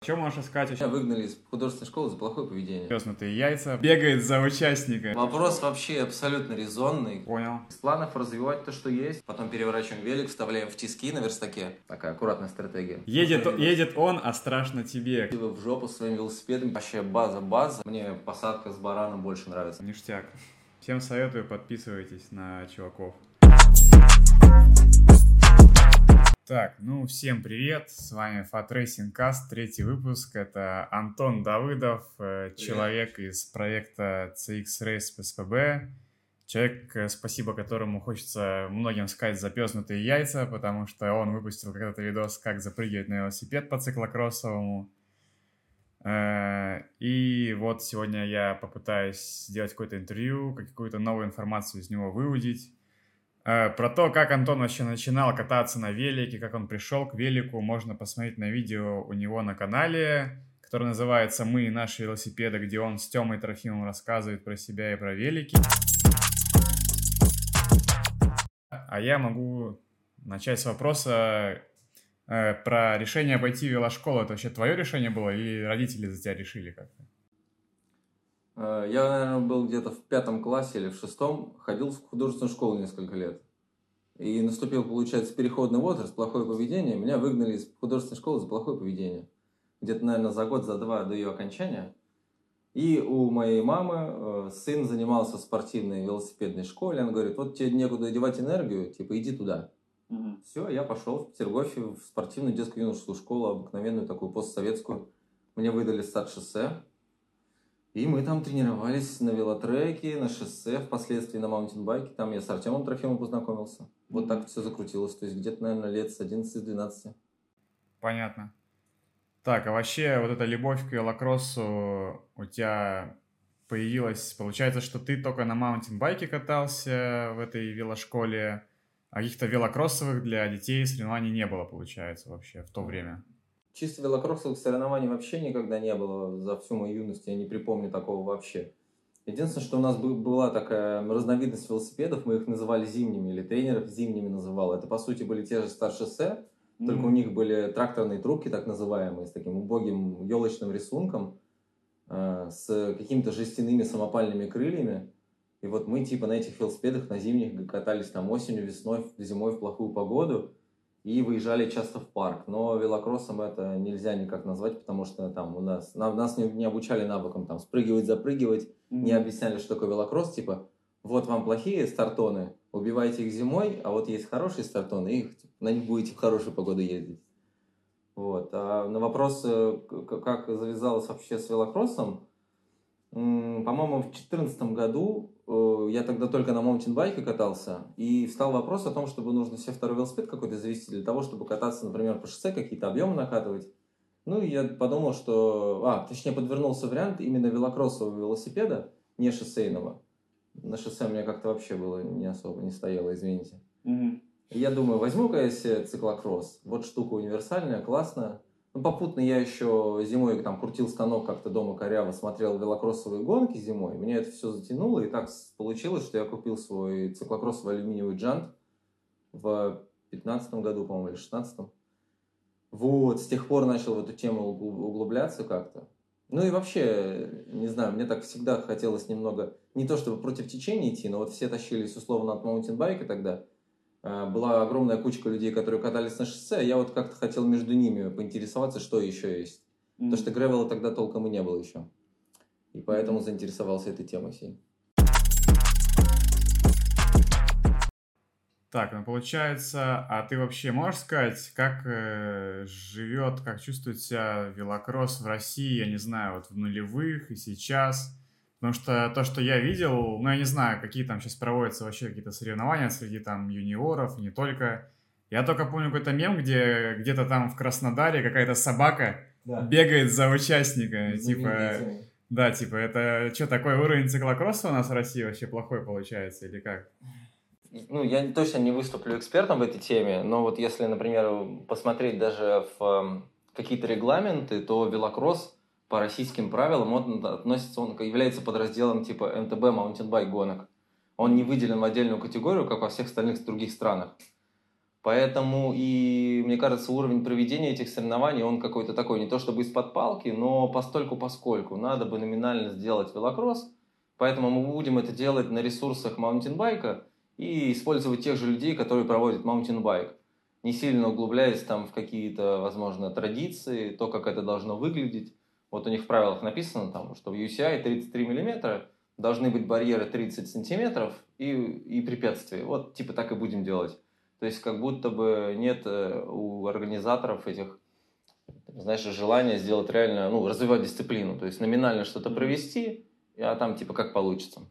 Что можешь сказать? Меня выгнали из художественной школы за плохое поведение. Треснутые яйца, бегает за участника. Вопрос вообще абсолютно резонный. Понял. Из планов развивать то, что есть. Потом переворачиваем велик, вставляем в тиски на верстаке. Такая аккуратная стратегия. Едет он, а страшно тебе. Вы в жопу своим велосипедом. Вообще база. Мне посадка с бараном больше нравится. Ништяк. Всем советую, подписывайтесь на чуваков. Так, всем привет, с вами Fat Racing Cast, третий выпуск, это Антон Давыдов, человек из проекта CX Race СПБ, человек, спасибо которому хочется многим сказать запёзнутые яйца, потому что он выпустил когда-то видос, как запрыгивать на велосипед по циклокроссовому. И вот сегодня я попытаюсь сделать какое-то интервью, какую-то новую информацию из него выудить. Про то, как Антон вообще начинал кататься на велике, как он пришел к велику, можно посмотреть на видео у него на канале, которое называется «Мы и наши велосипеды», где он с Тёмой Трофимовым рассказывает про себя и про велики. А я могу начать с вопроса про решение пойти в велошколу. Это вообще твое решение было или родители за тебя решили как-то? Я, наверное, был где-то в 5 классе или в 6, ходил в художественную школу несколько лет. И наступил, получается, переходный возраст, плохое поведение. Меня выгнали из художественной школы за плохое поведение. Где-то, наверное, за год, за два до ее окончания. И у моей мамы сын занимался в спортивной велосипедной школе. Она говорит, вот тебе некуда одевать энергию, типа иди туда. Все, я пошел в Петергофе в спортивную детскую юношескую школу, обыкновенную такую постсоветскую. Мне выдали старт-шоссе. И мы там тренировались на велотреке, на шоссе, впоследствии на маунтинбайке. Там я с Артемом Трофимовым познакомился. Вот так все закрутилось. То есть где-то, наверное, лет с 11-12. Понятно. Так, а вообще вот эта любовь к велокроссу у тебя появилась, получается, что ты только на маунтинбайке катался в этой велошколе, а каких-то велокроссовых для детей соревнований не было, получается, вообще в то время? Чисто велокроссовых соревнований вообще никогда не было за всю мою юность, я не припомню такого вообще. Единственное, что у нас была такая разновидность велосипедов, мы их называли зимними, или тренеров зимними называл. Это, по сути, были те же старт-шоссе, только у них были тракторные трубки, так называемые, с таким убогим елочным рисунком, с какими-то жестяными самопальными крыльями. И вот мы типа на этих велосипедах на зимних катались там осенью, весной, зимой в плохую погоду и выезжали часто в парк. Но велокроссом это нельзя никак назвать, потому что там нас не обучали навыкам там спрыгивать, запрыгивать, не объясняли, что такое велокросс, типа вот вам плохие стартоны, убивайте их зимой, а вот есть хорошие стартоны, на них будете в хорошую погоду ездить. Вот. А на вопрос, как завязалось вообще с велокроссом, по-моему, в 2014 году я тогда только на маунтинбайке катался, и встал вопрос о том, чтобы нужно себе второй велосипед какой-то завести для того, чтобы кататься, например, по шоссе, какие-то объемы накатывать. Ну, и я подумал, что... точнее, подвернулся вариант именно велокроссового велосипеда, не шоссейного. На шоссе у меня как-то вообще было не особо, не стояло, извините. И я думаю, возьму-ка я себе циклокросс. Вот штука универсальная, классная. Ну, попутно я еще зимой там крутил станок как-то дома коряво, смотрел велокроссовые гонки зимой. Меня это все затянуло, и так получилось, что я купил свой циклокроссовый алюминиевый джант в 2015 году, по-моему, или 2016. Вот, с тех пор начал в эту тему углубляться как-то. Ну и вообще, не знаю, мне так всегда хотелось немного, не то чтобы против течения идти, но вот все тащились условно от маунтинбайка тогда. Была огромная кучка людей, которые катались на шоссе, а я вот как-то хотел между ними поинтересоваться, что еще есть. Потому что гревела тогда толком и не было еще. И поэтому заинтересовался этой темой всей. Так, получается, а ты вообще можешь сказать, как живет, как чувствует себя велокросс в России, я не знаю, вот в нулевых и сейчас? Потому что то, что я видел, я не знаю, какие там сейчас проводятся вообще какие-то соревнования среди там юниоров, и не только. Я только помню какой-то мем, где где-то там в Краснодаре какая-то собака бегает за участника. Типа, это что, такой уровень циклокросса у нас в России вообще плохой получается, или как? Ну, я точно не выступлю экспертом в этой теме, но вот если, например, посмотреть даже в какие-то регламенты, то велокросс по российским правилам относится, он является подразделом типа МТБ, маунтинбайк гонок. Он не выделен в отдельную категорию, как во всех остальных других странах. Поэтому и, мне кажется, уровень проведения этих соревнований, он какой-то такой, не то чтобы из-под палки, но постольку-поскольку. Надо бы номинально сделать велокросс, поэтому мы будем это делать на ресурсах маунтинбайка и использовать тех же людей, которые проводят маунтинбайк, не сильно углубляясь там в какие-то, возможно, традиции, то, как это должно выглядеть. Вот у них в правилах написано, там, что в UCI 33 миллиметра должны быть барьеры 30 сантиметров и препятствия. Вот типа так и будем делать. То есть как будто бы нет у организаторов этих, знаешь, желания сделать реально, ну, развивать дисциплину. То есть номинально что-то провести, а там типа как получится.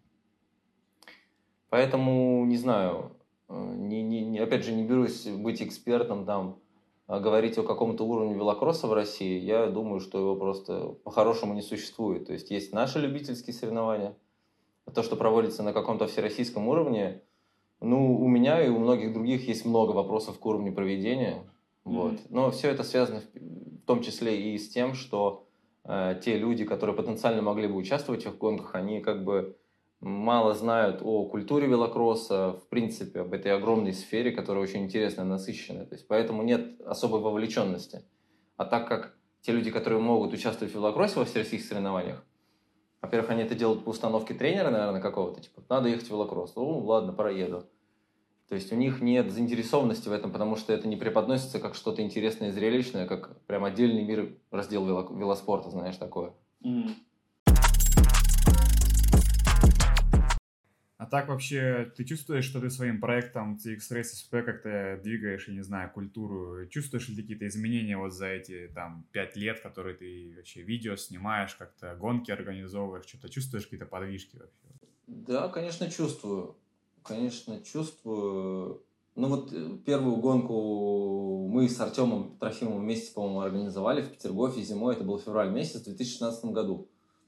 Поэтому, не знаю, опять же, не берусь быть экспертом там, говорить о каком-то уровне велокросса в России. Я думаю, что его просто по-хорошему не существует. То есть наши любительские соревнования, то, что проводится на каком-то всероссийском уровне. Ну, у меня и у многих других есть много вопросов к уровню проведения. Вот. Но все это связано в том числе и с тем, что те люди, которые потенциально могли бы участвовать в этих гонках, они как бы мало знают о культуре велокросса, в принципе, об этой огромной сфере, которая очень интересная, насыщенная. То есть, поэтому нет особой вовлеченности. А так как те люди, которые могут участвовать в велокроссе во всероссийских соревнованиях, во-первых, они это делают по установке тренера, наверное, какого-то, типа, надо ехать в велокросс. Ну, ладно, проеду. То есть у них нет заинтересованности в этом, потому что это не преподносится как что-то интересное и зрелищное, как прям отдельный мир, раздел велоспорта, знаешь, такое. А так вообще ты чувствуешь, что ты своим проектом TX Race SP как-то двигаешь, я не знаю, культуру? Чувствуешь ли ты какие-то изменения вот за эти там 5 лет, которые ты вообще видео снимаешь, как-то гонки организовываешь, что-то чувствуешь какие-то подвижки вообще? Да, конечно, чувствую. Конечно, чувствую. Ну вот первую гонку мы с Артемом Трофимовым вместе, по-моему, организовали в Петергофе зимой. Это был февраль месяц в 2016 году.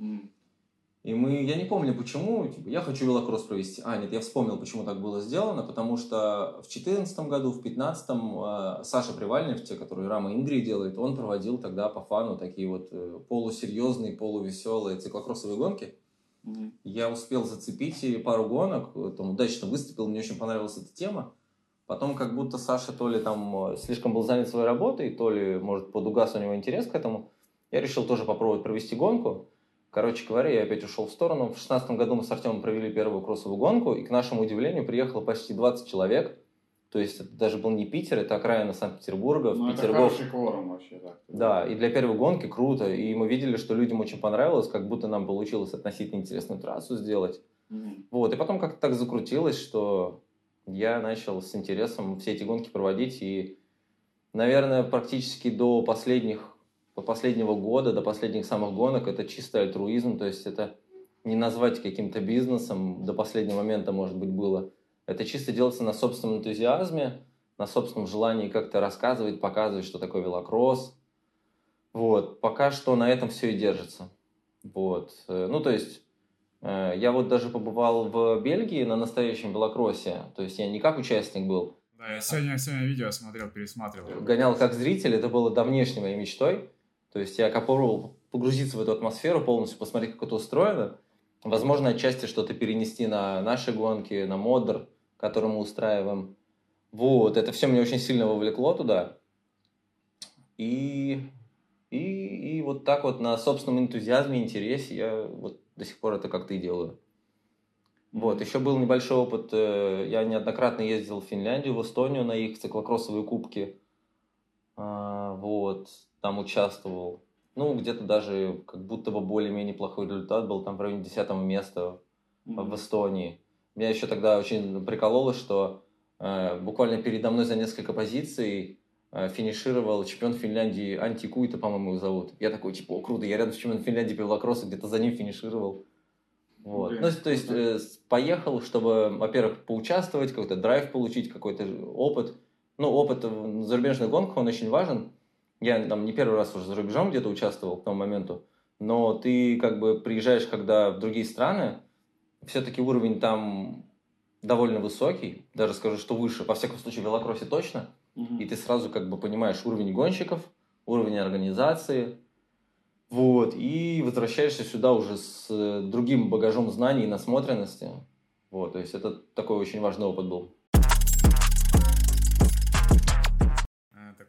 И я не помню почему, типа, я хочу велокросс провести. Нет, я вспомнил, почему так было сделано, потому что в 2014 году, в 2015 Саша Привальнев, те, которые Рама Ингри делает, он проводил тогда по фану такие вот полусерьезные, полувеселые циклокроссовые гонки. Я успел зацепить и пару гонок, там удачно выступил, мне очень понравилась эта тема. Потом как будто Саша то ли там слишком был занят своей работой, то ли, может, подугас у него интерес к этому. Я решил тоже попробовать провести гонку. Короче говоря, я опять ушел в сторону. В 2016 году мы с Артемом провели первую кроссовую гонку, и к нашему удивлению приехало почти 20 человек. То есть это даже был не Питер, это окраина Санкт-Петербурга. Ну, это хороший кворум вообще, да. Да, и для первой гонки круто. И мы видели, что людям очень понравилось, как будто нам получилось относительно интересную трассу сделать. Вот, и потом как-то так закрутилось, что я начал с интересом все эти гонки проводить. И, наверное, практически до последнего года, до последних самых гонок, это чистый альтруизм. То есть это не назвать каким-то бизнесом, до последнего момента, может быть, было. Это чисто делается на собственном энтузиазме, на собственном желании как-то рассказывать, показывать, что такое велокросс. Вот, пока что на этом все и держится. Вот, ну, то есть, я вот даже побывал в Бельгии на настоящем велокроссе, то есть я не как участник был. Да, я сегодня видео смотрел, пересматривал. Гонял как зритель, это было давнешней моей мечтой. То есть я попробовал погрузиться в эту атмосферу, полностью посмотреть, как это устроено. Возможно, отчасти что-то перенести на наши гонки, на модер, который мы устраиваем. Вот, это все меня очень сильно вовлекло туда. И вот так вот на собственном энтузиазме, интересе я вот до сих пор это как-то и делаю. Вот, еще был небольшой опыт. Я неоднократно ездил в Финляндию, в Эстонию на их циклокроссовые кубки. Вот, там участвовал. Ну, где-то даже как будто бы более-менее плохой результат был, там в районе 10-го места в Эстонии. Меня еще тогда очень прикололо, что буквально передо мной за несколько позиций финишировал чемпион Финляндии Анти Куйта, по-моему, его зовут. Я такой, типа, круто, я рядом с чемпионом Финляндии по велокроссу, где-то за ним финишировал. Вот. Ну, то есть поехал, чтобы, во-первых, поучаствовать, какой-то драйв получить, какой-то опыт. Ну, опыт в зарубежных гонках, он очень важен. Я там не первый раз уже за рубежом где-то участвовал к тому моменту, но ты как бы приезжаешь, когда в другие страны, все-таки уровень там довольно высокий, даже скажу, что выше, во всяком случае в велокроссе точно, и ты сразу как бы понимаешь уровень гонщиков, уровень организации, вот, и возвращаешься сюда уже с другим багажом знаний и насмотренности, вот, то есть это такой очень важный опыт был.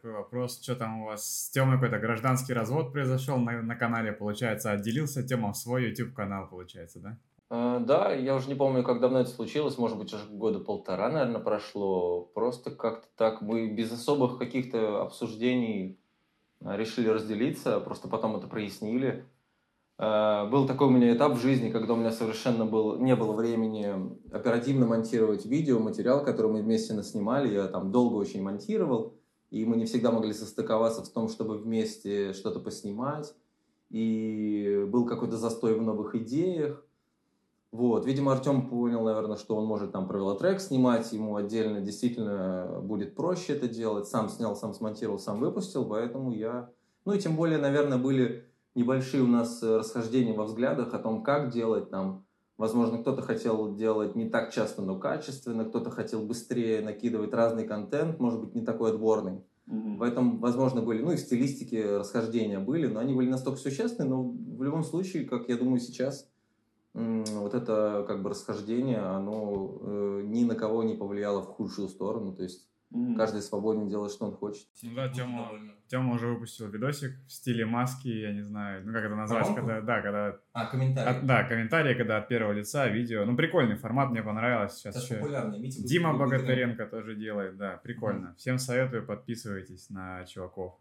такой вопрос. Что там у вас с Тёмой какой-то гражданский развод произошел на канале, получается? Отделился Тёма в свой YouTube-канал, получается, да? Да, я уже не помню, как давно это случилось, может быть, уже года полтора, наверное, прошло. Просто как-то так мы без особых каких-то обсуждений решили разделиться, просто потом это прояснили. Был такой у меня этап в жизни, когда у меня совершенно не было времени оперативно монтировать видео, материал, который мы вместе наснимали. Я там долго очень монтировал, и мы не всегда могли состыковаться в том, чтобы вместе что-то поснимать. И был какой-то застой в новых идеях. Вот, видимо, Артем понял, наверное, что он может там про велотрек снимать, ему отдельно действительно будет проще это делать. Сам снял, сам смонтировал, сам выпустил, поэтому я... Ну и тем более, наверное, были небольшие у нас расхождения во взглядах о том, как делать там. Возможно, кто-то хотел делать не так часто, но качественно, кто-то хотел быстрее накидывать разный контент, может быть, не такой отборный. В этом, возможно, были, ну и в стилистике расхождения были, но они были настолько существенны, но в любом случае, как я думаю сейчас, вот это как бы расхождение, оно ни на кого не повлияло в худшую сторону, то есть каждый свободен делать, что он хочет. Ну да, Тёма уже выпустил видосик в стиле маски, я не знаю, ну как это назвать, когда... комментарии. Да, комментарии, когда от первого лица видео. Ну прикольный формат, мне понравилось. Сейчас Это популярный. Дима Богатыренко тоже делает, да, прикольно. Всем советую, подписывайтесь на чуваков.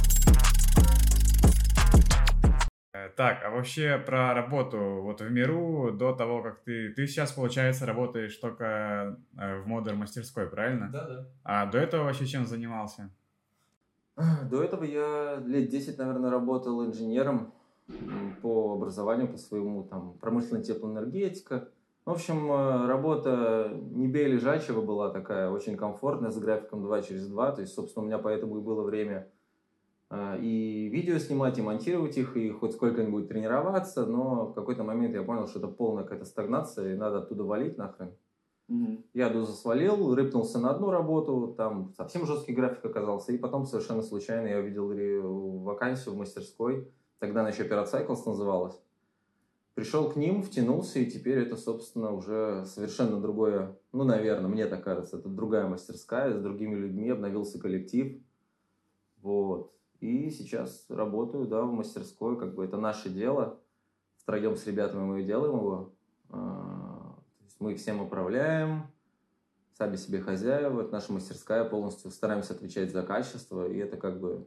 Так, а вообще про работу вот в миру до того, как ты сейчас, получается, работаешь только в модер-мастерской, правильно? Да. А до этого вообще чем занимался? До этого я лет 10, наверное, работал инженером по образованию, по своему, там, промышленная теплоэнергетика. В общем, работа не бей лежачего была такая, очень комфортная, с графиком 2/2. То есть, собственно, у меня поэтому и было время и видео снимать, и монтировать их, и хоть сколько-нибудь тренироваться, но в какой-то момент я понял, что это полная какая-то стагнация, и надо оттуда валить нахрен. Я дозу свалил, рыпнулся на одну работу, там совсем жесткий график оказался, и потом совершенно случайно я увидел вакансию в мастерской, тогда она еще Pirate Cycles называлась. Пришел к ним, втянулся, и теперь это, собственно, уже совершенно другое, ну, наверное, мне так кажется, это другая мастерская, с другими людьми, обновился коллектив, вот. И сейчас работаю, да, в мастерской, как бы это наше дело, втроем с ребятами мы делаем его. Мы всем управляем, сами себе хозяева, это наша мастерская, полностью стараемся отвечать за качество, и это как бы...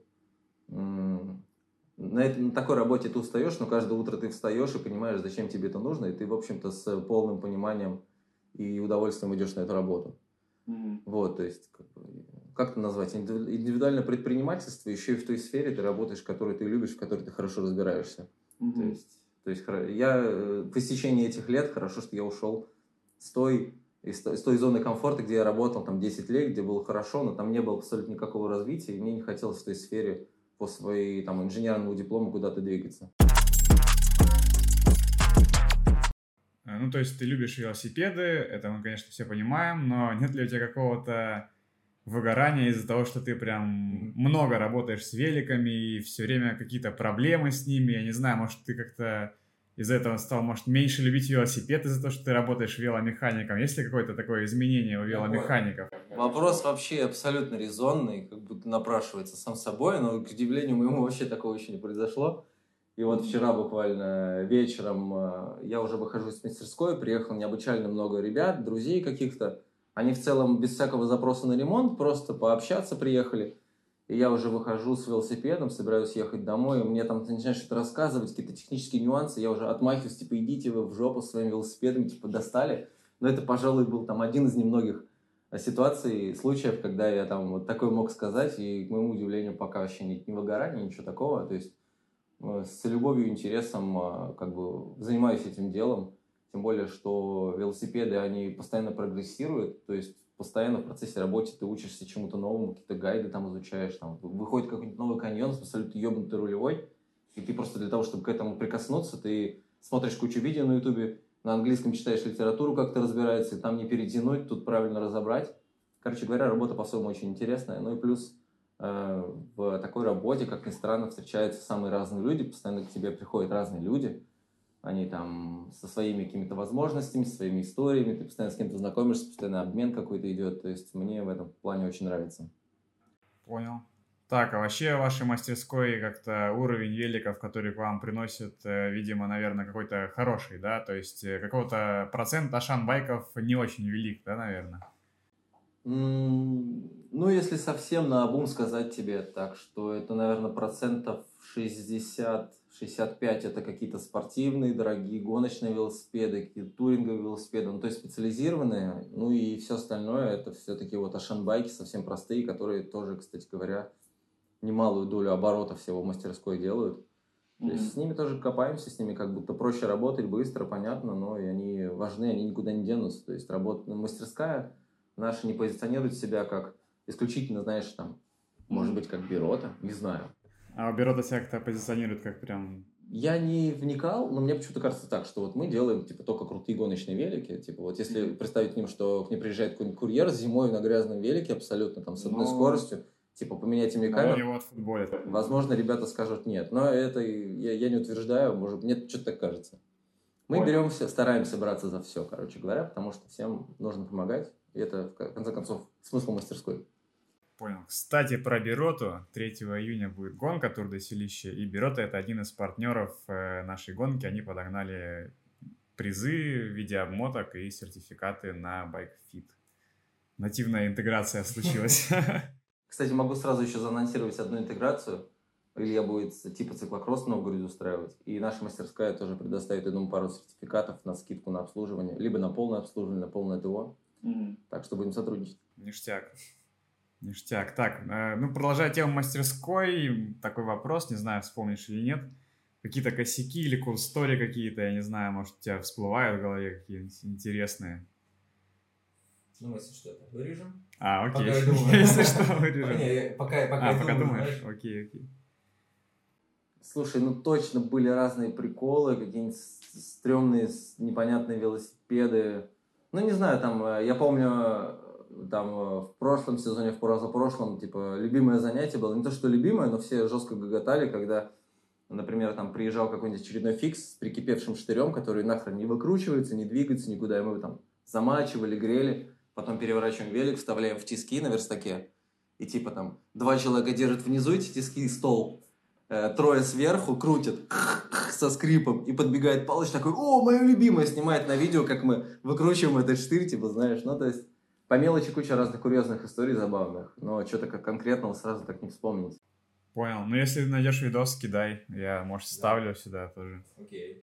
На такой работе ты устаешь, но каждое утро ты встаешь и понимаешь, зачем тебе это нужно, и ты, в общем-то, с полным пониманием и удовольствием идешь на эту работу. Вот, то есть, как это назвать? Индивидуальное предпринимательство, еще и в той сфере ты работаешь, в которой ты любишь, в которой ты хорошо разбираешься. То есть я по истечении этих лет, хорошо, что я ушел с той зоны комфорта, где я работал там 10 лет, где было хорошо, но там не было абсолютно никакого развития, и мне не хотелось в той сфере по своей там инженерному диплому куда-то двигаться. Ну, то есть ты любишь велосипеды, это мы, конечно, все понимаем, но нет ли у тебя какого-то выгорания из-за того, что ты прям много работаешь с великами и все время какие-то проблемы с ними? Я не знаю, может, ты как-то из-за этого стал, может, меньше любить велосипед из-за того, что ты работаешь веломехаником? Есть ли какое-то такое изменение у веломехаников? Вопрос вообще абсолютно резонный, как будто напрашивается сам собой, но, к удивлению моему, вообще такого еще не произошло. И вот вчера буквально вечером я уже выхожу из мастерской, приехало необычайно много ребят, друзей каких-то. Они в целом без всякого запроса на ремонт, просто пообщаться приехали. И я уже выхожу с велосипедом, собираюсь ехать домой, и мне там начинают что-то рассказывать, какие-то технические нюансы, я уже отмахиваюсь, типа, идите вы в жопу своим велосипедом, типа, достали. Но это, пожалуй, был там один из немногих ситуаций, случаев, когда я там вот такое мог сказать, и, к моему удивлению, пока вообще не выгорания, ничего такого. То есть с любовью и интересом как бы занимаюсь этим делом. Тем более, что велосипеды, они постоянно прогрессируют, то есть постоянно в процессе работы ты учишься чему-то новому, какие-то гайды там изучаешь, там выходит какой-нибудь новый каньон с абсолютно ебнутый рулевой, и ты просто для того, чтобы к этому прикоснуться, ты смотришь кучу видео на ютубе, на английском читаешь литературу, как это разбирается, и там не перетянуть, тут правильно разобрать. Короче говоря, работа по-своему очень интересная. Ну и плюс в такой работе, как ни странно, встречаются самые разные люди, постоянно к тебе приходят разные люди, они там со своими какими-то возможностями, со своими историями, ты постоянно с кем-то знакомишься, постоянно обмен какой-то идет, то есть мне в этом плане очень нравится. Понял. Так, а вообще в вашей мастерской как-то уровень великов, который к вам приносят, видимо, наверное, какой-то хороший, да? То есть какого-то процент ашан-байков не очень велик, да, наверное? Ну, если совсем наобум сказать тебе так, что это, наверное, процентов 60-65 это какие-то спортивные, дорогие гоночные велосипеды, какие-то туринговые велосипеды, ну, то есть специализированные, ну и все остальное это все-таки вот ашан-байки совсем простые, которые тоже, кстати говоря, немалую долю оборота всего в мастерской делают. То есть с ними тоже копаемся, с ними как будто проще работать, быстро, понятно, но и они важны, они никуда не денутся. То есть мастерская наша не позиционирует себя как исключительно, знаешь, там, может быть, как Бирота, не знаю. А Берота себя как-то позиционирует как прям... Я не вникал, но мне почему-то кажется так, что вот мы делаем, типа, только крутые гоночные велики. Типа, вот если представить к ним, что к ним приезжает какой-нибудь курьер зимой на грязном велике абсолютно, там, с одной скоростью, типа, поменяйте мне камеру. Его отфутболят. Возможно, ребята скажут нет, но это я не утверждаю, может, мне что-то так кажется. Мы беремся, стараемся браться за все, короче говоря, потому что всем нужно помогать, и это, в конце концов, смысл мастерской. Понял. Кстати, про Бероту. 3 июня будет гонка Тур де Селище, и Берота — это один из партнеров нашей гонки. Они подогнали призы в виде обмоток и сертификаты на BikeFit. Нативная интеграция случилась. Кстати, могу сразу еще заанонсировать одну интеграцию. Илья будет типа циклокросс в Новгороде устраивать. И наша мастерская тоже предоставит, я думаю, пару сертификатов на скидку на обслуживание. Либо на полное обслуживание, на полное ТО. Так что будем сотрудничать. Ништяк. Ништяк. Так, ну, продолжая тему мастерской, такой вопрос, не знаю, вспомнишь или нет. Какие-то косяки или cool story какие-то, я не знаю, может, у тебя всплывают в голове какие-нибудь интересные? Ну, если что-то вырежем. Окей. Пока я думаю. Если что, вырежем. Пока думаешь? Окей. Слушай, ну точно были разные приколы, какие-нибудь стрёмные, непонятные велосипеды. Ну, не знаю, там, я помню, там в прошлом сезоне, в позапрошлом, типа, любимое занятие было. Не то, что любимое, но все жестко гоготали, когда, например, там приезжал какой-нибудь очередной фикс с прикипевшим штырем, который нахрен не выкручивается, не двигается никуда, и мы его там замачивали, грели, потом переворачиваем велик, вставляем в тиски на верстаке, и типа там 2 человека держат внизу эти тиски, стол, 3 сверху крутят со скрипом, и подбегает Палыч такой: о, мое любимое, снимает на видео, как мы выкручиваем этот штырь, типа, знаешь, ну, то есть, по мелочи куча разных курьезных историй забавных, но что-то как конкретного сразу так не вспомнить. Понял. Ну, если найдешь видос, кидай. Я, может, ставлю сюда тоже. Окей.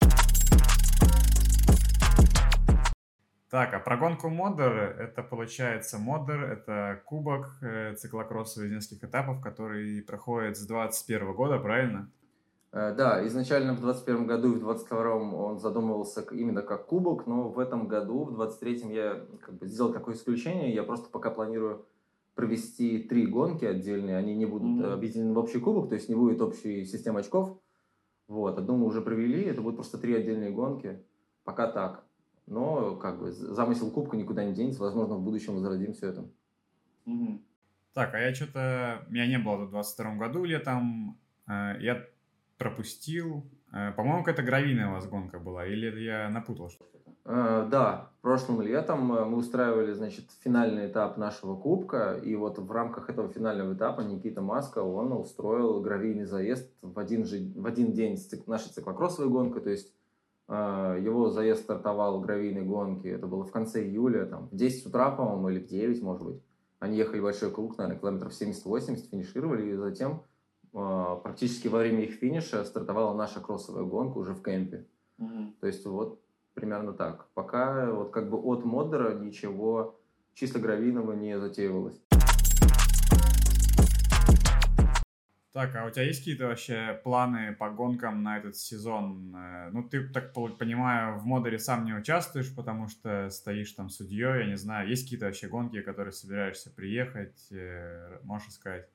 Так, а про гонку Модер, это получается Модер, это кубок циклокросса из нескольких этапов, который проходит с 2021 года, правильно? Да, изначально в 2021 году и в 2022 он задумывался именно как кубок, но в этом году, в 2023 я как бы сделал такое исключение, я просто пока планирую провести 3 гонки отдельные, они не будут объединены в общий кубок, то есть не будет общей системы очков. Вот, одну мы уже провели, это будут просто 3 отдельные гонки, пока так. Но как бы замысел кубка никуда не денется, возможно, в будущем возродим все это. Так, а меня не было в 2022 году летом, я пропустил. По-моему, какая-то гравийная у вас гонка была, или я напутал что-то? Да, прошлым летом мы устраивали, значит, финальный этап нашего кубка, и вот в рамках этого финального этапа Никита Маска, он устроил гравийный заезд в один день с нашей циклокроссовой гонкой, то есть его заезд стартовал в гравийной гонке, это было в конце июля, там, в 10 утра, по-моему, или в 9, может быть. Они ехали большой круг, наверное, километров 70-80, финишировали, и затем практически во время их финиша стартовала наша кроссовая гонка уже в кемпе. То есть вот примерно так. Пока вот как бы от моддера ничего чисто гравийного не затеивалось. Так, а у тебя есть какие-то вообще планы по гонкам на этот сезон? Ну, ты, так понимаю, в модере сам не участвуешь, потому что стоишь там судьей, я не знаю. Есть какие-то вообще гонки, которые собираешься приехать? Можешь сказать?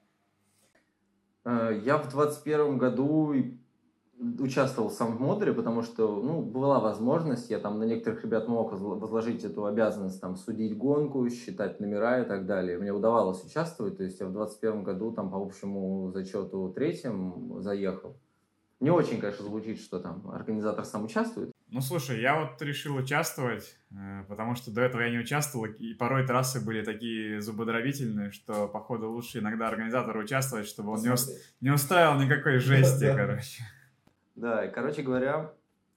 Я в 2021 году участвовал сам в модере, потому что, ну, была возможность, я там на некоторых ребят мог возложить эту обязанность, там, судить гонку, считать номера и так далее. Мне удавалось участвовать, то есть я в 2021 году там по общему зачету 3-м заехал. Не очень, конечно, звучит, что там организатор сам участвует. Ну, слушай, я вот решил участвовать, потому что до этого я не участвовал, и порой трассы были такие зубодробительные, что, походу, лучше иногда организатору участвовать, чтобы он Посмотреть. не устраивал никакой жести, Да. короче. Да, и, короче говоря,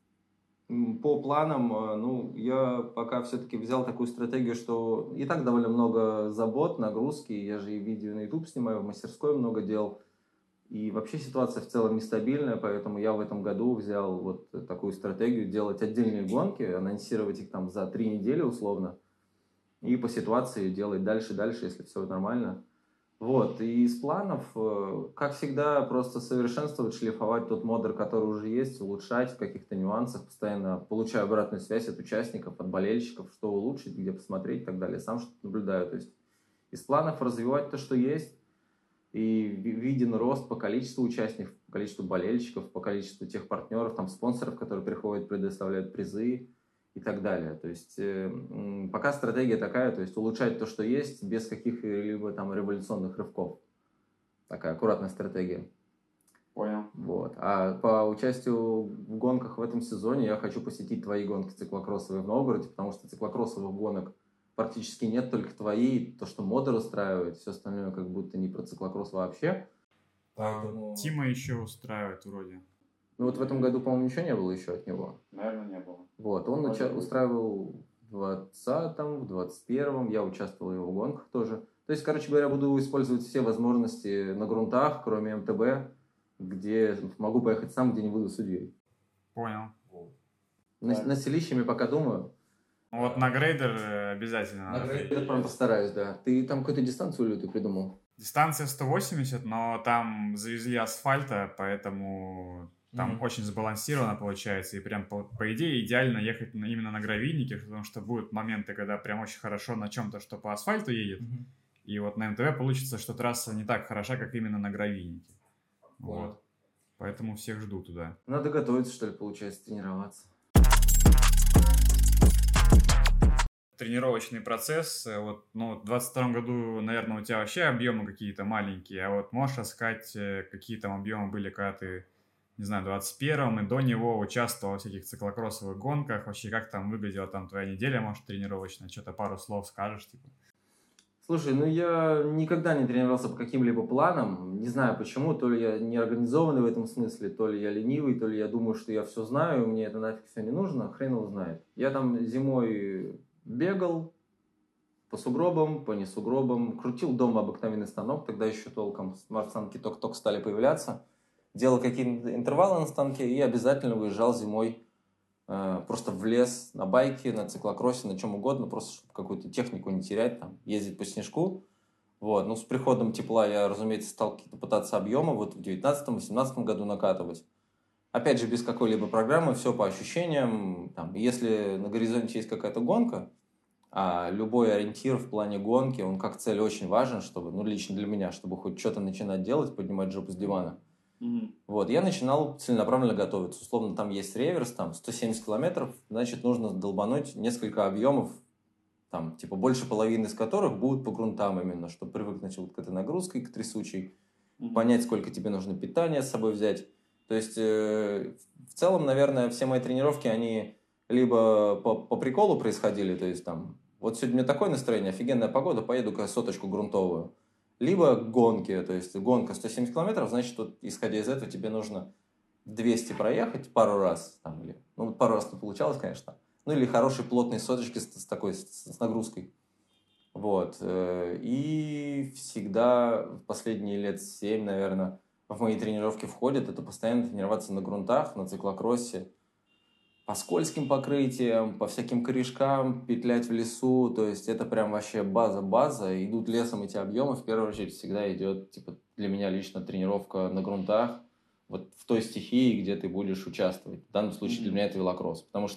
по планам, ну, я пока все-таки взял такую стратегию, что и так довольно много забот, нагрузки. Я же и видео на YouTube снимаю, в мастерской много дел. И вообще ситуация в целом нестабильная, поэтому я в этом году взял вот такую стратегию делать отдельные гонки, анонсировать их там за 3 недели условно, и по ситуации делать дальше, если все нормально. Вот, и из планов, как всегда, просто совершенствовать, шлифовать тот модер, который уже есть, улучшать в каких-то нюансах, постоянно получаю обратную связь от участников, от болельщиков, что улучшить, где посмотреть и так далее. Сам что-то наблюдаю. То есть из планов развивать то, что есть, и виден рост по количеству участников, по количеству болельщиков, по количеству тех партнеров, там, спонсоров, которые приходят, предоставляют призы и так далее. То есть пока стратегия такая, то есть улучшать то, что есть, без каких-либо там революционных рывков. Такая аккуратная стратегия. Понял. Вот. А по участию в гонках в этом сезоне я хочу посетить твои гонки циклокроссовые в Новгороде, потому что циклокроссовых гонок практически нет, только твои. То, что модер устраивает, все остальное как будто не про циклокросс вообще. Поэтому... Тима еще устраивает вроде. Ну вот в этом году, по-моему, ничего не было еще от него. Наверное, не было. Вот, он устраивал в 20-м, в 21-м, я участвовал в его гонках тоже. То есть, короче говоря, буду использовать все возможности на грунтах, кроме МТБ, где могу поехать сам, где не буду судьей. Понял. На селищами пока думаю. Ну, вот на грейдер обязательно На надо. грейдер прям постараюсь, да. Ты там какую-то дистанцию лютую придумал? Дистанция 180, но там завезли асфальта, поэтому там очень сбалансировано получается. И прям по идее идеально ехать именно на гравийнике, потому что будут моменты, когда прям очень хорошо на чем-то, что по асфальту едет. И вот на МТВ получится, что трасса не так хороша, как именно на гравийнике. Вот. Поэтому всех жду туда. Надо готовиться, что ли, получается, тренироваться. Тренировочный процесс, вот, ну, в 22 году, наверное, у тебя вообще объемы какие-то маленькие, а вот можешь рассказать, какие там объемы были, когда ты, не знаю, в 21-м и до него участвовал в всяких циклокроссовых гонках, вообще как там выглядела там твоя неделя, может, тренировочная, что-то пару слов скажешь, типа? Слушай, ну я никогда не тренировался по каким-либо планам, не знаю почему, то ли я не организованный в этом смысле, то ли я ленивый, то ли я думаю, что я все знаю, мне это нафиг все не нужно, хрен его знает. Я там зимой бегал по сугробам, по несугробам, крутил дома обыкновенный станок, тогда еще толком смарт-станки только-только стали появляться, делал какие-то интервалы на станке и обязательно выезжал зимой просто в лес на байке, на циклокроссе, на чем угодно, просто чтобы какую-то технику не терять, там, ездить по снежку. Вот. Ну, с приходом тепла я, разумеется, стал какие-то пытаться объемы вот в 19-18 году накатывать. Опять же, без какой-либо программы, все по ощущениям. Там, если на горизонте есть какая-то гонка, а любой ориентир в плане гонки, он как цель очень важен, чтобы, ну, лично для меня, чтобы хоть что-то начинать делать, поднимать жопу с дивана. Вот, я начинал целенаправленно готовиться. Условно, там есть реверс, там 170 километров, значит, нужно долбануть несколько объемов, там, типа, больше половины из которых будут по грунтам именно, чтобы привыкнуть вот к этой нагрузке, к трясучей, понять, сколько тебе нужно питания с собой взять. То есть, в целом, наверное, все мои тренировки, они либо по приколу происходили, то есть, там, вот сегодня у меня такое настроение, офигенная погода, поеду-ка соточку грунтовую. Либо гонки, то есть гонка 170 километров, значит, вот, исходя из этого, тебе нужно 200 проехать пару раз, там, или, ну, пару раз не получалось, конечно, ну, или хорошие плотные соточки с такой, с нагрузкой. Вот, и всегда в последние лет 7, наверное, в мои тренировки входит это постоянно тренироваться на грунтах, на циклокроссе, по скользким покрытиям, по всяким корешкам, петлять в лесу, то есть это прям вообще база. Идут лесом эти объемы, в первую очередь всегда идет, типа, для меня лично тренировка на грунтах, вот в той стихии, где ты будешь участвовать. В данном случае для меня это велокросс, потому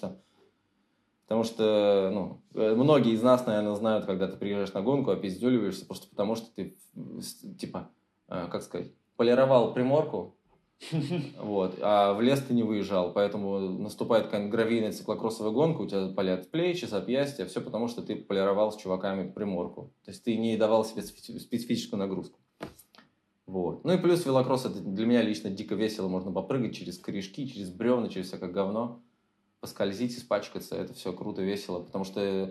что, ну, многие из нас, наверное, знают, когда ты приезжаешь на гонку, опиздюливаешься просто потому, что ты, типа, как сказать, полировал приморку, вот, а в лес ты не выезжал, поэтому наступает какая-нибудь гравийная циклокроссовая гонка, у тебя палят плечи, запястья, все потому, что ты полировал с чуваками приморку. То есть ты не давал себе специфическую нагрузку. Вот. Ну и плюс велокросс, это для меня лично дико весело, можно попрыгать через корешки, через бревна, через всякое говно. поскользить, испачкаться, это все круто, весело, потому что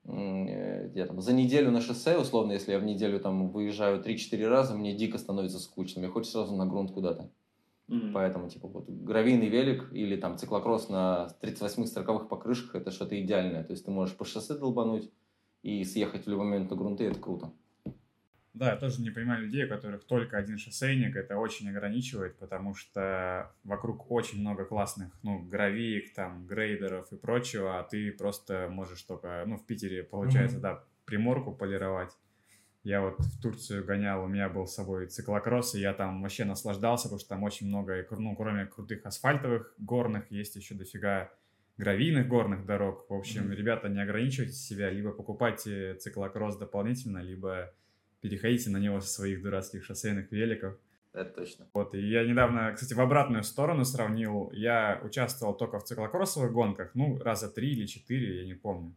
я там за неделю на шоссе, условно, если я в неделю там выезжаю 3-4 раза, мне дико становится скучно, мне хочется сразу на грунт куда-то. Поэтому, типа, вот гравийный велик или там циклокросс на 38-40 покрышках, это что-то идеальное. То есть ты можешь по шоссе долбануть и съехать в любой момент на грунты, это круто. Да, я тоже не понимаю людей, у которых только один шоссейник, это очень ограничивает, потому что вокруг очень много классных, гравиек, там, грейдеров и прочего, а ты просто можешь только, в Питере, получается, да, приморку полировать. Я вот в Турцию гонял, у меня был с собой циклокросс, и я там вообще наслаждался, потому что там очень много, кроме крутых асфальтовых горных, есть еще дофига гравийных горных дорог. В общем, ребята, не ограничивайте себя, либо покупайте циклокросс дополнительно, либо переходите на него со своих дурацких шоссейных великов. Это точно. Вот, и я недавно, кстати, в обратную сторону сравнил. Я участвовал только в циклокроссовых гонках, раза 3 или 4, я не помню.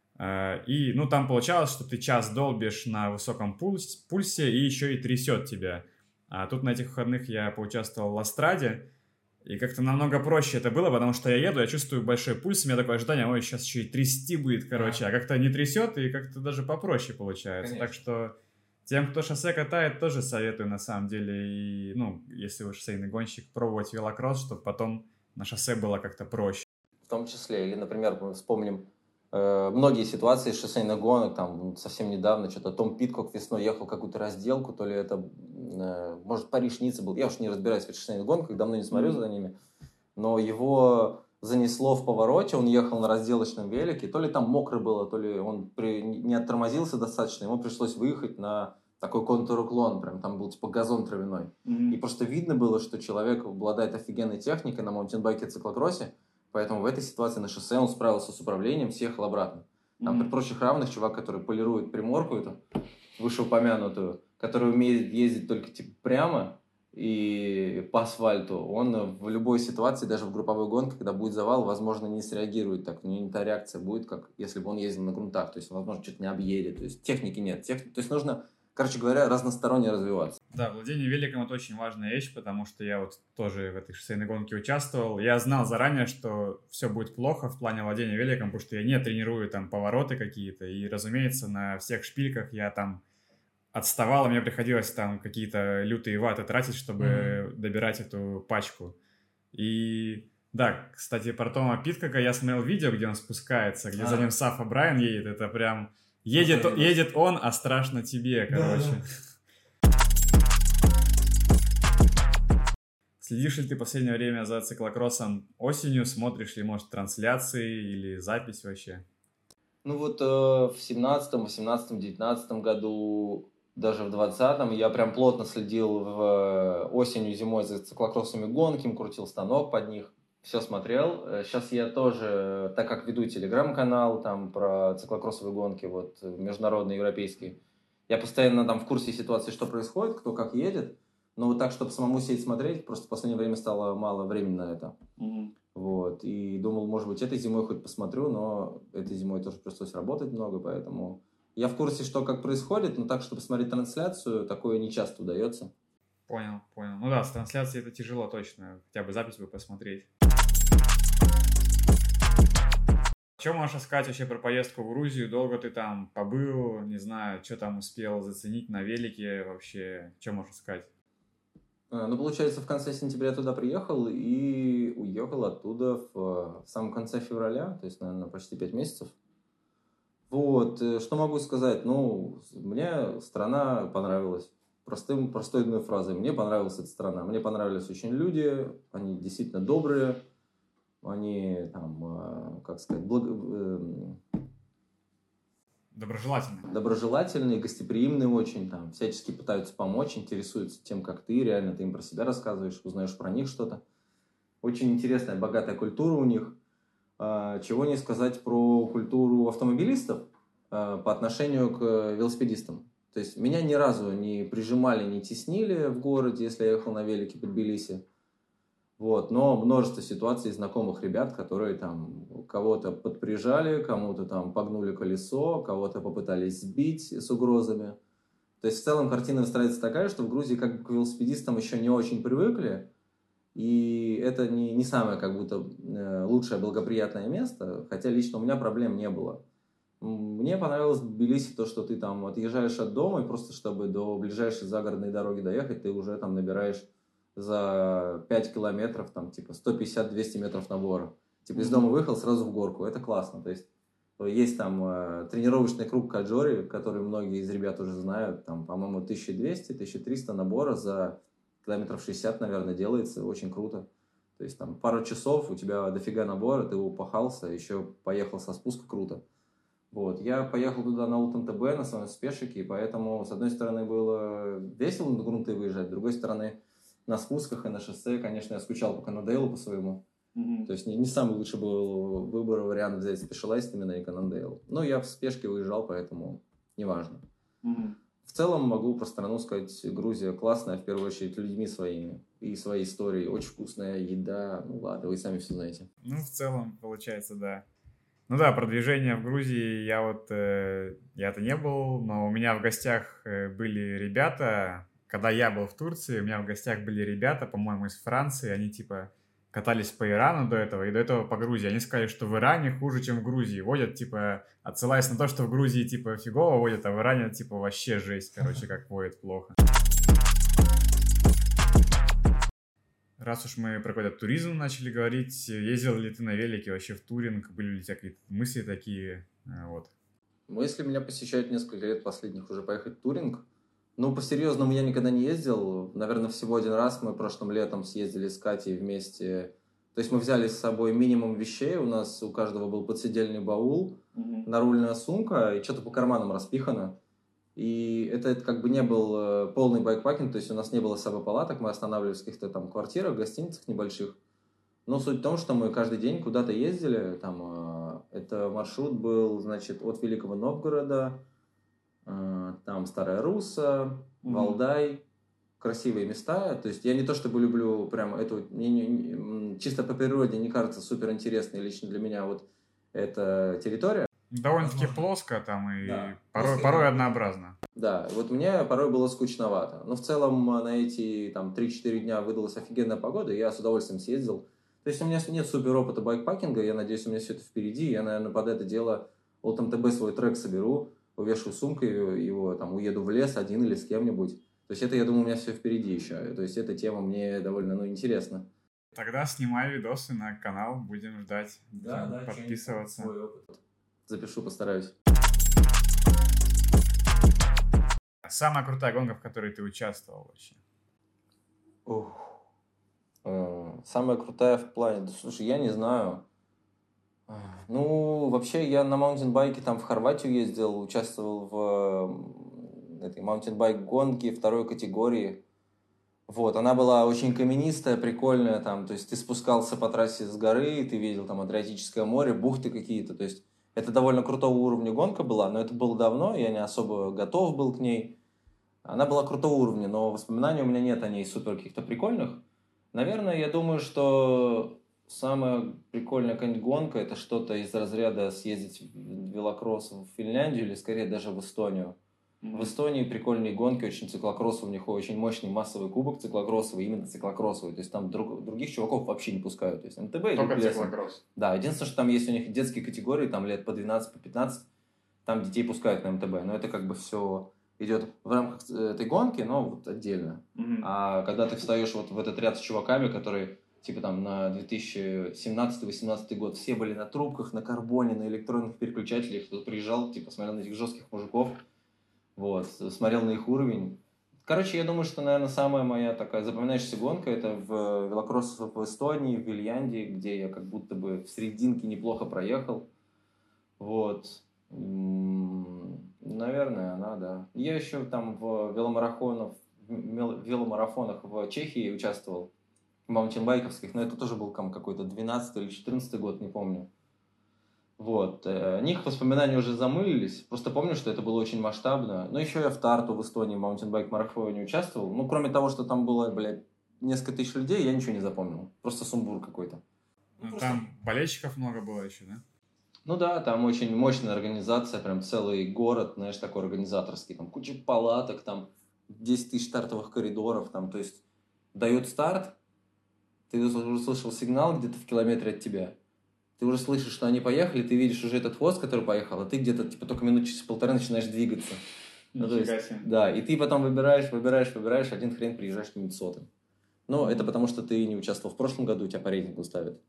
И, там получалось, что ты час долбишь на высоком пульсе и еще и трясет тебя. А тут на этих выходных я поучаствовал в Астраде, и как-то намного проще это было, потому что я еду, я чувствую большой пульс, у меня такое ожидание, ой, сейчас еще и трясти будет, короче. А как-то не трясет, и как-то даже попроще получается. Конечно. Так что тем, кто шоссе катает, тоже советую, на самом деле, и, если вы шоссейный гонщик, пробовать велокросс, чтобы потом на шоссе было как-то проще. В том числе, или, например, мы вспомним многие ситуации шоссейных гонок, там, совсем недавно, что-то Том Питкок весной ехал какую-то разделку, то ли это, может, Париж-Ницца был, я уж не разбираюсь в шоссейных гонках, давно не смотрю за ними, но его занесло в повороте, он ехал на разделочном велике, то ли там мокро было, то ли он не оттормозился достаточно, ему пришлось выехать на такой контур-уклон, прям там был типа газон травяной. И просто видно было, что человек обладает офигенной техникой на маунтинбайке и циклокроссе, поэтому в этой ситуации на шоссе он справился с управлением, съехал обратно. Там при прочих равных чувак, который полирует приморку эту, вышеупомянутую, который умеет ездить только типа прямо и по асфальту, он в любой ситуации, даже в групповой гонке, когда будет завал, возможно, не среагирует так. У него не та реакция будет, как если бы он ездил на грунтах. То есть, возможно, что-то не объедет. То есть, техники нет. То есть, нужно, короче говоря, разносторонне развиваться. Да, владение великом — это очень важная вещь, потому что я вот тоже в этой шоссейной гонке участвовал. Я знал заранее, что все будет плохо в плане владения великом, потому что я не тренирую там повороты какие-то. И, разумеется, на всех шпильках я там отставал, и мне приходилось там какие-то лютые ваты тратить, чтобы добирать эту пачку. И да, кстати, про Тома Питкока я смотрел видео, где он спускается, где за ним Сафа Брайан едет. Это прям едет он, а страшно тебе, короче. Да. Следишь ли ты в последнее время за циклокроссом осенью? Смотришь ли, может, трансляции или запись вообще? Ну вот в 17-м, 18-м, 19-м году, даже в 20-м я прям плотно следил осенью, зимой за циклокроссами гонки, крутил станок под них, все смотрел. Сейчас я тоже, так как веду телеграм-канал там про циклокроссовые гонки, вот международные, европейские, я постоянно там в курсе ситуации, что происходит, кто как едет. Но вот так, чтобы самому сидеть смотреть, просто в последнее время стало мало времени на это. Вот. И думал, может быть, этой зимой хоть посмотрю, но этой зимой тоже пришлось работать много, поэтому я в курсе, что как происходит, но так, чтобы смотреть трансляцию, такое не часто удается. Понял. Ну да, с трансляцией это тяжело точно, хотя бы запись бы посмотреть. Что можешь рассказать вообще про поездку в Грузию? Долго ты там побыл, не знаю, что там успел заценить на велике вообще? Что можешь сказать? Ну, получается, в конце сентября туда приехал и уехал оттуда в самом конце февраля, то есть, наверное, почти 5 месяцев. Вот, что могу сказать? Ну, мне страна понравилась. Простой одной фразой. Мне понравилась эта страна. Мне понравились очень люди, они действительно добрые, они там, как сказать, доброжелательные, гостеприимные очень, там, всячески пытаются помочь, интересуются тем, как ты, реально ты им про себя рассказываешь, узнаешь про них что-то. Очень интересная, богатая культура у них. Чего не сказать про культуру автомобилистов по отношению к велосипедистам. То есть меня ни разу не прижимали, не теснили в городе, если я ехал на велике по Тбилиси. Вот, но множество ситуаций знакомых ребят, которые там кого-то подприжали, кому-то там погнули колесо, кого-то попытались сбить с угрозами. То есть в целом картина выстраивается такая, что в Грузии как бы к велосипедистам еще не очень привыкли, И это не самое как будто лучшее благоприятное место, хотя лично у меня проблем не было. Мне понравилось в Тбилиси то, что ты там отъезжаешь от дома, и просто чтобы до ближайшей загородной дороги доехать, ты уже там набираешь за 5 километров, там, типа, 150-200 метров набора. Типа, из дома выехал, сразу в горку. Это классно. То есть там тренировочный круг Каджори, который многие из ребят уже знают. Там, по-моему, 1200-1300 набора за километров 60, наверное, делается. Очень круто. То есть там пару часов, у тебя дофига набора, ты упахался, еще поехал со спуска, круто. Вот. Я поехал туда на УлтМТБ, на своем спешике, и поэтому, с одной стороны, было весело на грунты выезжать, с другой стороны, на спусках и на шоссе, конечно, я скучал по Канадейлу, по своему. То есть не самый лучший был выбор, вариант взять Specialized именно и Канадейл. Но я в спешке выезжал, поэтому неважно. В целом могу про страну сказать, Грузия классная, в первую очередь, людьми своими и своей историей. Очень вкусная еда. Ну ладно, вы сами все знаете. Ну, в целом, получается, да. Ну да, продвижение в Грузии я-то не был, но у меня в гостях были ребята, когда я был в Турции, у меня в гостях были ребята, по-моему, из Франции, они типа катались по Ирану до этого и до этого по Грузии. Они сказали, что в Иране хуже, чем в Грузии. Водят, типа, отсылаясь на то, что в Грузии, типа, фигово водят, а в Иране, типа, вообще жесть, короче, как водят плохо. Раз уж мы про какой-то туризм начали говорить, ездил ли ты на велике вообще в туринг? Были ли у тебя какие-то мысли такие? Вот. Мысли меня посещают несколько лет последних уже поехать в туринг. Ну, по-серьезному я никогда не ездил. Наверное, всего один раз мы прошлым летом съездили с Катей вместе. То есть мы взяли с собой минимум вещей. У нас у каждого был подседельный баул, нарульная сумка и что-то по карманам распихано. И это как бы не был полный байкпакинг, то есть у нас не было с собой палаток, мы останавливались в каких-то там квартирах, гостиницах небольших. Но суть в том, что мы каждый день куда-то ездили, там, это маршрут был, значит, от Великого Новгорода, там Старая Русса, Валдай, красивые места. То есть я не то чтобы люблю прям эту, чисто по природе не кажется супер интересной лично для меня вот эта территория. Довольно-таки плоско там и да, порой однообразно. Да, вот мне порой было скучновато. Но в целом на эти там 3-4 дня выдалась офигенная погода, и я с удовольствием съездил. То есть у меня нет супер опыта байкпакинга, я надеюсь, у меня все это впереди. Я, наверное, под это дело от МТБ свой трек соберу, увешу сумкой его, там, уеду в лес один или с кем-нибудь. То есть это, я думаю, у меня все впереди еще. То есть эта тема мне довольно, интересна. Тогда снимай видосы на канал, будем ждать, будем подписываться. Свой опыт. Запишу, постараюсь. Самая крутая гонка, в которой ты участвовал вообще? Самая крутая в плане... Да, слушай, я не знаю. Ну, вообще, я на маунтинбайке там в Хорватию ездил, участвовал в этой маунтинбайк-гонке второй категории. Вот, она была очень каменистая, прикольная там, то есть ты спускался по трассе с горы, ты видел там Адриатическое море, бухты какие-то, то есть это довольно крутого уровня гонка была, но это было давно, я не особо готов был к ней. Она была крутого уровня, но воспоминаний у меня нет о ней супер каких-то прикольных. Наверное, я думаю, что самая прикольная какая-нибудь гонка — это что-то из разряда съездить в велокросс в Финляндию или скорее даже в Эстонию. В Эстонии прикольные гонки, очень циклокроссовые, у них очень мощный массовый кубок циклокроссовый, именно циклокроссовый. То есть там других чуваков вообще не пускают. То есть МТБ или только циклокросс. Да, единственное, что там есть у них детские категории, там лет по 12, по 15, там детей пускают на МТБ. Но это как бы все идет в рамках этой гонки, но вот отдельно. А когда ты встаешь вот в этот ряд с чуваками, которые типа там на 2017-2018 год все были на трубках, на карбоне, на электронных переключателях, кто приезжал, типа смотрел на этих жестких мужиков, вот, смотрел на их уровень. Короче, я думаю, что, наверное, самая моя такая запоминающаяся гонка — это в велокросс в Эстонии, в Вильяндии, где я как будто бы в серединке неплохо проехал. Вот. Наверное, она, да. Я еще там в веломарафонах в Чехии участвовал, маунтинбайковских, но это тоже был какой-то 12 или 14 год, не помню. Вот. О них воспоминания уже замылились. Просто помню, что это было очень масштабно. Но еще я в Тарту в Эстонии в маунтинбайк-марафоне участвовал. Ну, кроме того, что там было, несколько тысяч людей, я ничего не запомнил. Просто сумбур какой-то. Там болельщиков много было еще, да? Ну да, там очень мощная организация, прям целый город, знаешь, такой организаторский. Там куча палаток, там 10 тысяч стартовых коридоров. Там, то есть дают старт, ты уже слышал сигнал где-то в километре от тебя. Ты уже слышишь, что они поехали, ты видишь уже этот хвост, который поехал, а ты где-то типа только минут через полторы начинаешь двигаться. Ну, то есть, да, и ты потом выбираешь, один хрен приезжаешь к 500. Но это потому, что ты не участвовал в прошлом году, тебя по рейтингу ставят.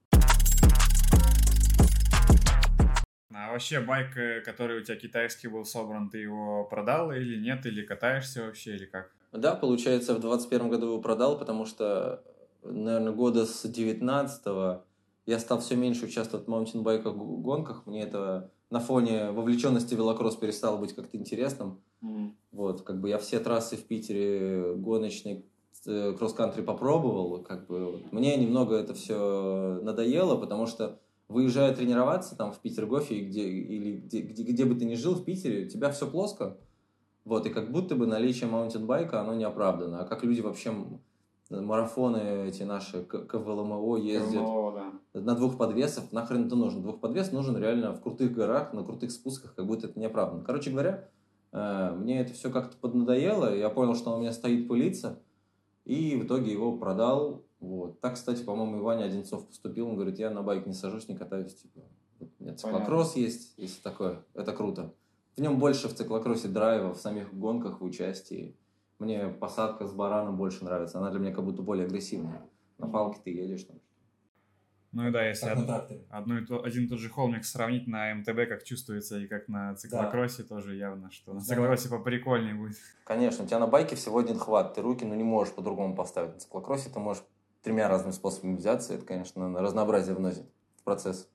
А вообще байк, который у тебя китайский был собран, ты его продал или нет, или катаешься вообще, или как? Да, получается, в 2021 году его продал, потому что, наверное, года с 19-го я стал все меньше участвовать в маунтинбайках гонках. Мне это на фоне вовлеченности в велокросс перестало быть как-то интересным. Вот, как бы я все трассы в Питере гоночные, кросс-кантри попробовал, как бы вот. Мне немного это все надоело, потому что выезжая тренироваться там в Петергофе где бы ты ни жил в Питере, у тебя все плоско. Вот, и как будто бы наличие маунтинбайка, оно не оправдано. А как люди вообще марафоны эти наши КВЛМО ездят на двух подвесах, нахрен это нужно? Двухподвес нужен реально в крутых горах, на крутых спусках, как будто это не оправдано. Короче говоря, мне это все как-то поднадоело, я понял, что он у меня стоит пылиться, и в итоге его продал. Вот. Так, кстати, по-моему, и Ваня Одинцов поступил, он говорит, я на байк не сажусь, не катаюсь, типа, у меня циклокросс есть, если такое, это круто. В нем больше в циклокроссе драйва, в самих гонках, в участии. Мне посадка с бараном больше нравится, она для меня как будто более агрессивная. На палке ты едешь там. Ну и да, если один и тот же холмик сравнить на МТБ, как чувствуется, и как на циклокроссе, тоже явно, что на циклокроссе поприкольнее будет. Конечно, у тебя на байке всего один хват, ты руки не можешь по-другому поставить. На циклокроссе ты можешь 3 разными способами взяться, это, конечно, разнообразие вносит в процесс.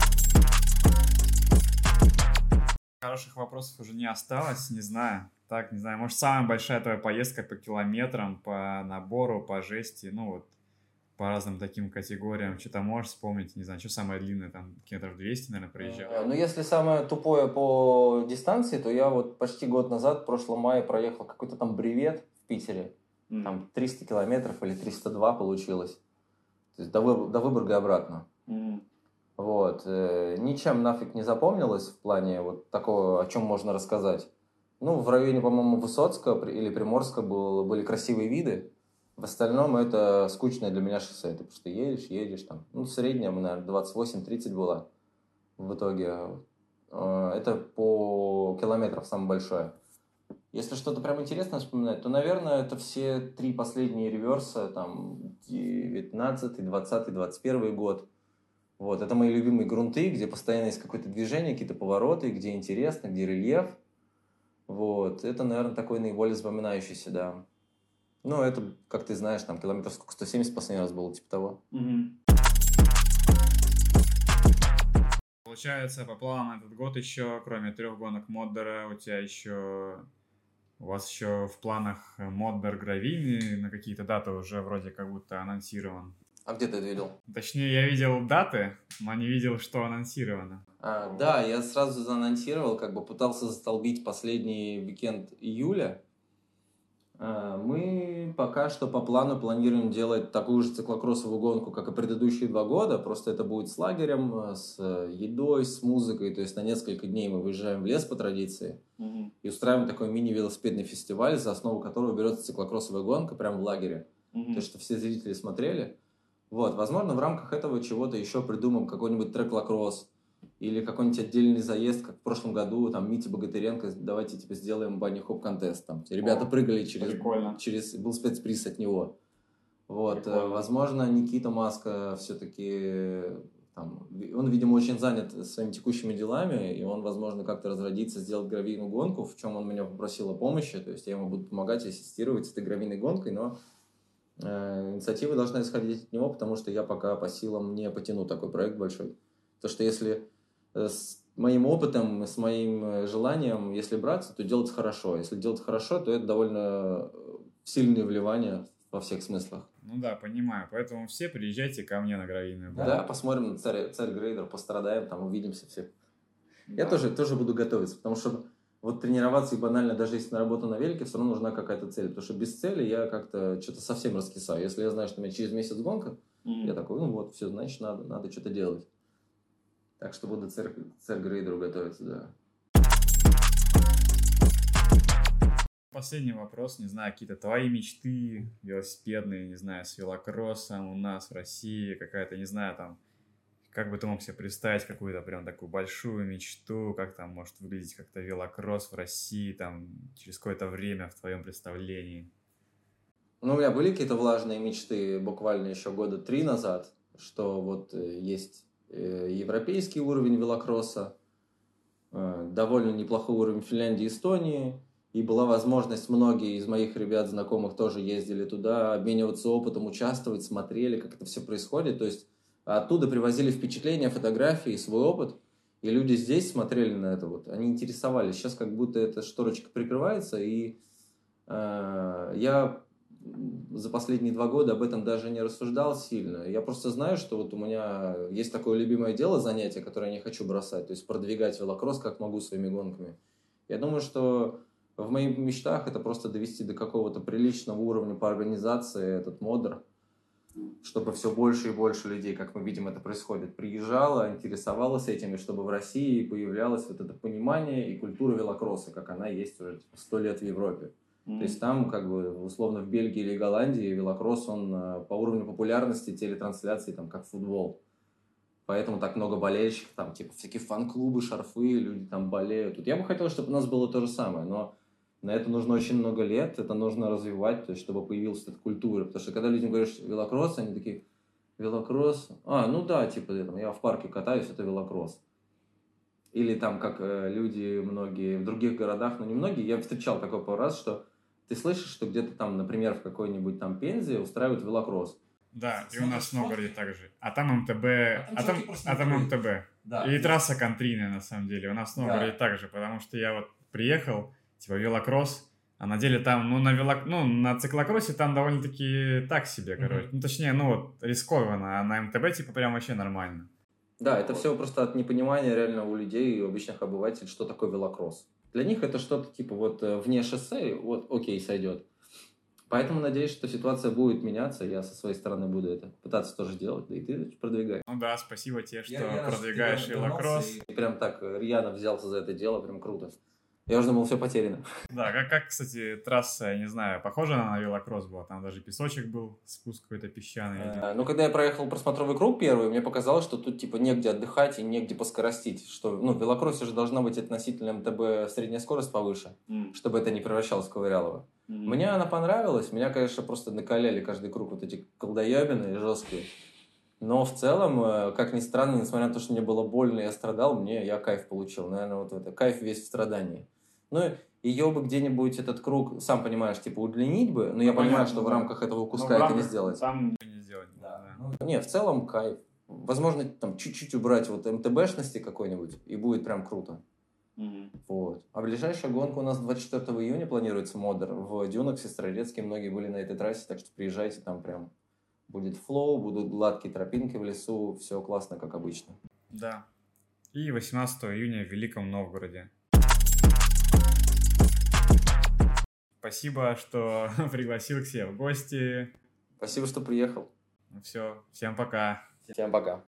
Хороших вопросов уже не осталось, не знаю. Так, не знаю, может, самая большая твоя поездка по километрам, по набору, по жести, ну вот, по разным таким категориям. Что-то можешь вспомнить, не знаю, что самое длинное, там, километров 200, наверное, проезжал? Ну, если самое тупое по дистанции, то я вот почти год назад, в прошлом мае, проехал какой-то там бревет в Питере. Там 300 километров или 302 получилось. То есть до Выборга и обратно. Вот. Ничем нафиг не запомнилось в плане вот такого, о чем можно рассказать. Ну, в районе, по-моему, Высоцка или Приморска были красивые виды. В остальном это скучное для меня шоссе. Ты просто едешь там. Ну, средняя, наверное, 28-30 была в итоге. Это по километрам самое большое. Если что-то прям интересное вспоминать, то, наверное, это все 3 последние реверса, там, 19, 20, 21 год. Вот, это мои любимые грунты, где постоянно есть какое-то движение, какие-то повороты, где интересно, где рельеф. Вот, это, наверное, такой наиболее запоминающийся, да. Ну, это, как ты знаешь, там, километров сколько, 170 последний раз было, типа того. Получается, по плану этот год еще, кроме 3 гонок Моддера, у вас еще в планах Моддер гравийный на какие-то даты уже вроде как будто анонсирован. А где ты это видел? Точнее, я видел даты, но не видел, что анонсировано. Да, я сразу заанонсировал, как бы пытался застолбить последний уикенд июля. Мы пока что по плану планируем делать такую же циклокроссовую гонку, как и предыдущие 2 года, просто это будет с лагерем, с едой, с музыкой, то есть на несколько дней мы выезжаем в лес по традиции и устраиваем такой мини-велосипедный фестиваль, за основу которого берется циклокроссовая гонка прямо в лагере, то, что все зрители смотрели. Вот, возможно, в рамках этого чего-то еще придумаем какой-нибудь трек-лакросс или какой-нибудь отдельный заезд, как в прошлом году, там, Митя Богатыренко, давайте, типа, сделаем банни-хоп-контест, там, ребята прыгали был спецприз от него. Вот, возможно, Никита Маска все-таки, там, он, видимо, очень занят своими текущими делами, и он, возможно, как-то разродится, сделать гравийную гонку, в чем он меня попросил о помощи, то есть я ему буду помогать ассистировать с этой гравийной гонкой, но инициатива должна исходить от него, потому что я пока по силам не потяну такой проект большой. Потому что если с моим опытом, с моим желанием, если браться, то делать хорошо. Если делать хорошо, то это довольно сильные вливания во всех смыслах. Ну да, понимаю. Поэтому все приезжайте ко мне на гравийную гонку. Да, посмотрим на царь Грейдер, пострадаем, там увидимся все. Да. Я тоже буду готовиться, потому что вот тренироваться и банально, даже если на работу на велике, все равно нужна какая-то цель. Потому что без цели я как-то что-то совсем раскисаю. Если я знаю, что у меня через месяц гонка, я такой, ну вот, все, значит, надо что-то делать. Так что буду царь Грейдеру готовиться, да. Последний вопрос, не знаю, какие-то твои мечты велосипедные, не знаю, с велокроссом у нас в России, какая-то, не знаю, там, как бы ты мог себе представить какую-то прям такую большую мечту, как там может выглядеть как-то велокросс в России, там, через какое-то время в твоем представлении? Ну, у меня были какие-то влажные мечты буквально еще года 3 назад, что вот есть европейский уровень велокросса, довольно неплохой уровень Финляндии и Эстонии, и была возможность, многие из моих ребят, знакомых тоже ездили туда, обмениваться опытом, участвовать, смотрели, как это все происходит, то есть оттуда привозили впечатления, фотографии, свой опыт, и люди здесь смотрели на это, вот, они интересовались. Сейчас как будто эта шторочка прикрывается, и я за последние 2 года об этом даже не рассуждал сильно. Я просто знаю, что вот у меня есть такое любимое дело, занятие, которое я не хочу бросать, то есть продвигать велокросс как могу своими гонками. Я думаю, что в моих мечтах это просто довести до какого-то приличного уровня по организации этот модер, чтобы все больше и больше людей, как мы видим, это происходит, приезжало, интересовалось этим, и чтобы в России появлялось вот это понимание и культура велокросса, как она есть уже 100 лет в Европе. То есть там, как бы, условно, в Бельгии или Голландии велокросс, он по уровню популярности телетрансляции, там, как футбол. Поэтому так много болельщиков, там, типа, всякие фан-клубы, шарфы, люди там болеют. Вот я бы хотел, чтобы у нас было то же самое, но на это нужно очень много лет, это нужно развивать, то есть, чтобы появилась эта культура. Потому что когда людям говоришь велокросс, они такие, велокросс? Ну да, типа, я в парке катаюсь, это велокросс. Или там, как люди многие в других городах, но не многие, я встречал такой пару раз, что ты слышишь, что где-то там, например, в какой-нибудь там Пензе устраивают велокросс. Да, и у нас в Новгороде также. А там МТБ, а там МТБ. Да. И трасса контрийная, на самом деле. У нас в Новгороде также, потому что я вот приехал, типа, велокросс, а на деле там, на циклокроссе там довольно-таки так себе, короче. Ну, точнее, рискованно, а на МТБ, типа, прям вообще нормально. Да, это все просто от непонимания реально у людей, у обычных обывателей, что такое велокросс. Для них это что-то типа вот вне шоссе, вот окей, сойдет. Поэтому надеюсь, что ситуация будет меняться. Я со своей стороны буду это пытаться тоже делать, да и ты продвигай. Ну да, спасибо тебе, что продвигаешь велокросс. И прям так рьяно взялся за это дело, прям круто. Я уже думал, все потеряно. Да, кстати, трасса, я не знаю, похожа она на велокросс была? Там даже песочек был, спуск какой-то песчаный. Ну, когда я проехал просмотровый круг первый, мне показалось, что тут типа негде отдыхать и негде поскоростить. Что, в велокроссе же должна быть относительно МТБ средняя скорость повыше, чтобы это не превращалось в ковырялово. Мне она понравилась. Меня, конечно, просто накаляли каждый круг вот эти колдоебины жесткие. Но в целом, как ни странно, несмотря на то, что мне было больно, я страдал, я кайф получил. Наверное, вот это кайф весь в страдании. Ну, ее бы где-нибудь этот круг, сам понимаешь, типа удлинить бы, но я понимаю, что в рамках этого куска это не сделать. Там не сделать. Да. Не, в целом кайф. Возможно, там чуть-чуть убрать вот МТБшности какой-нибудь, и будет прям круто. Вот. А ближайшая гонка у нас 24 июня планируется, модер в Дюнах, Сестрорецке. Многие были на этой трассе, так что приезжайте, там прям будет флоу, будут гладкие тропинки в лесу, все классно, как обычно. Да. И 18 июня в Великом Новгороде. Спасибо, что пригласил к себе в гости. Спасибо, что приехал. Ну все, всем пока. Всем пока.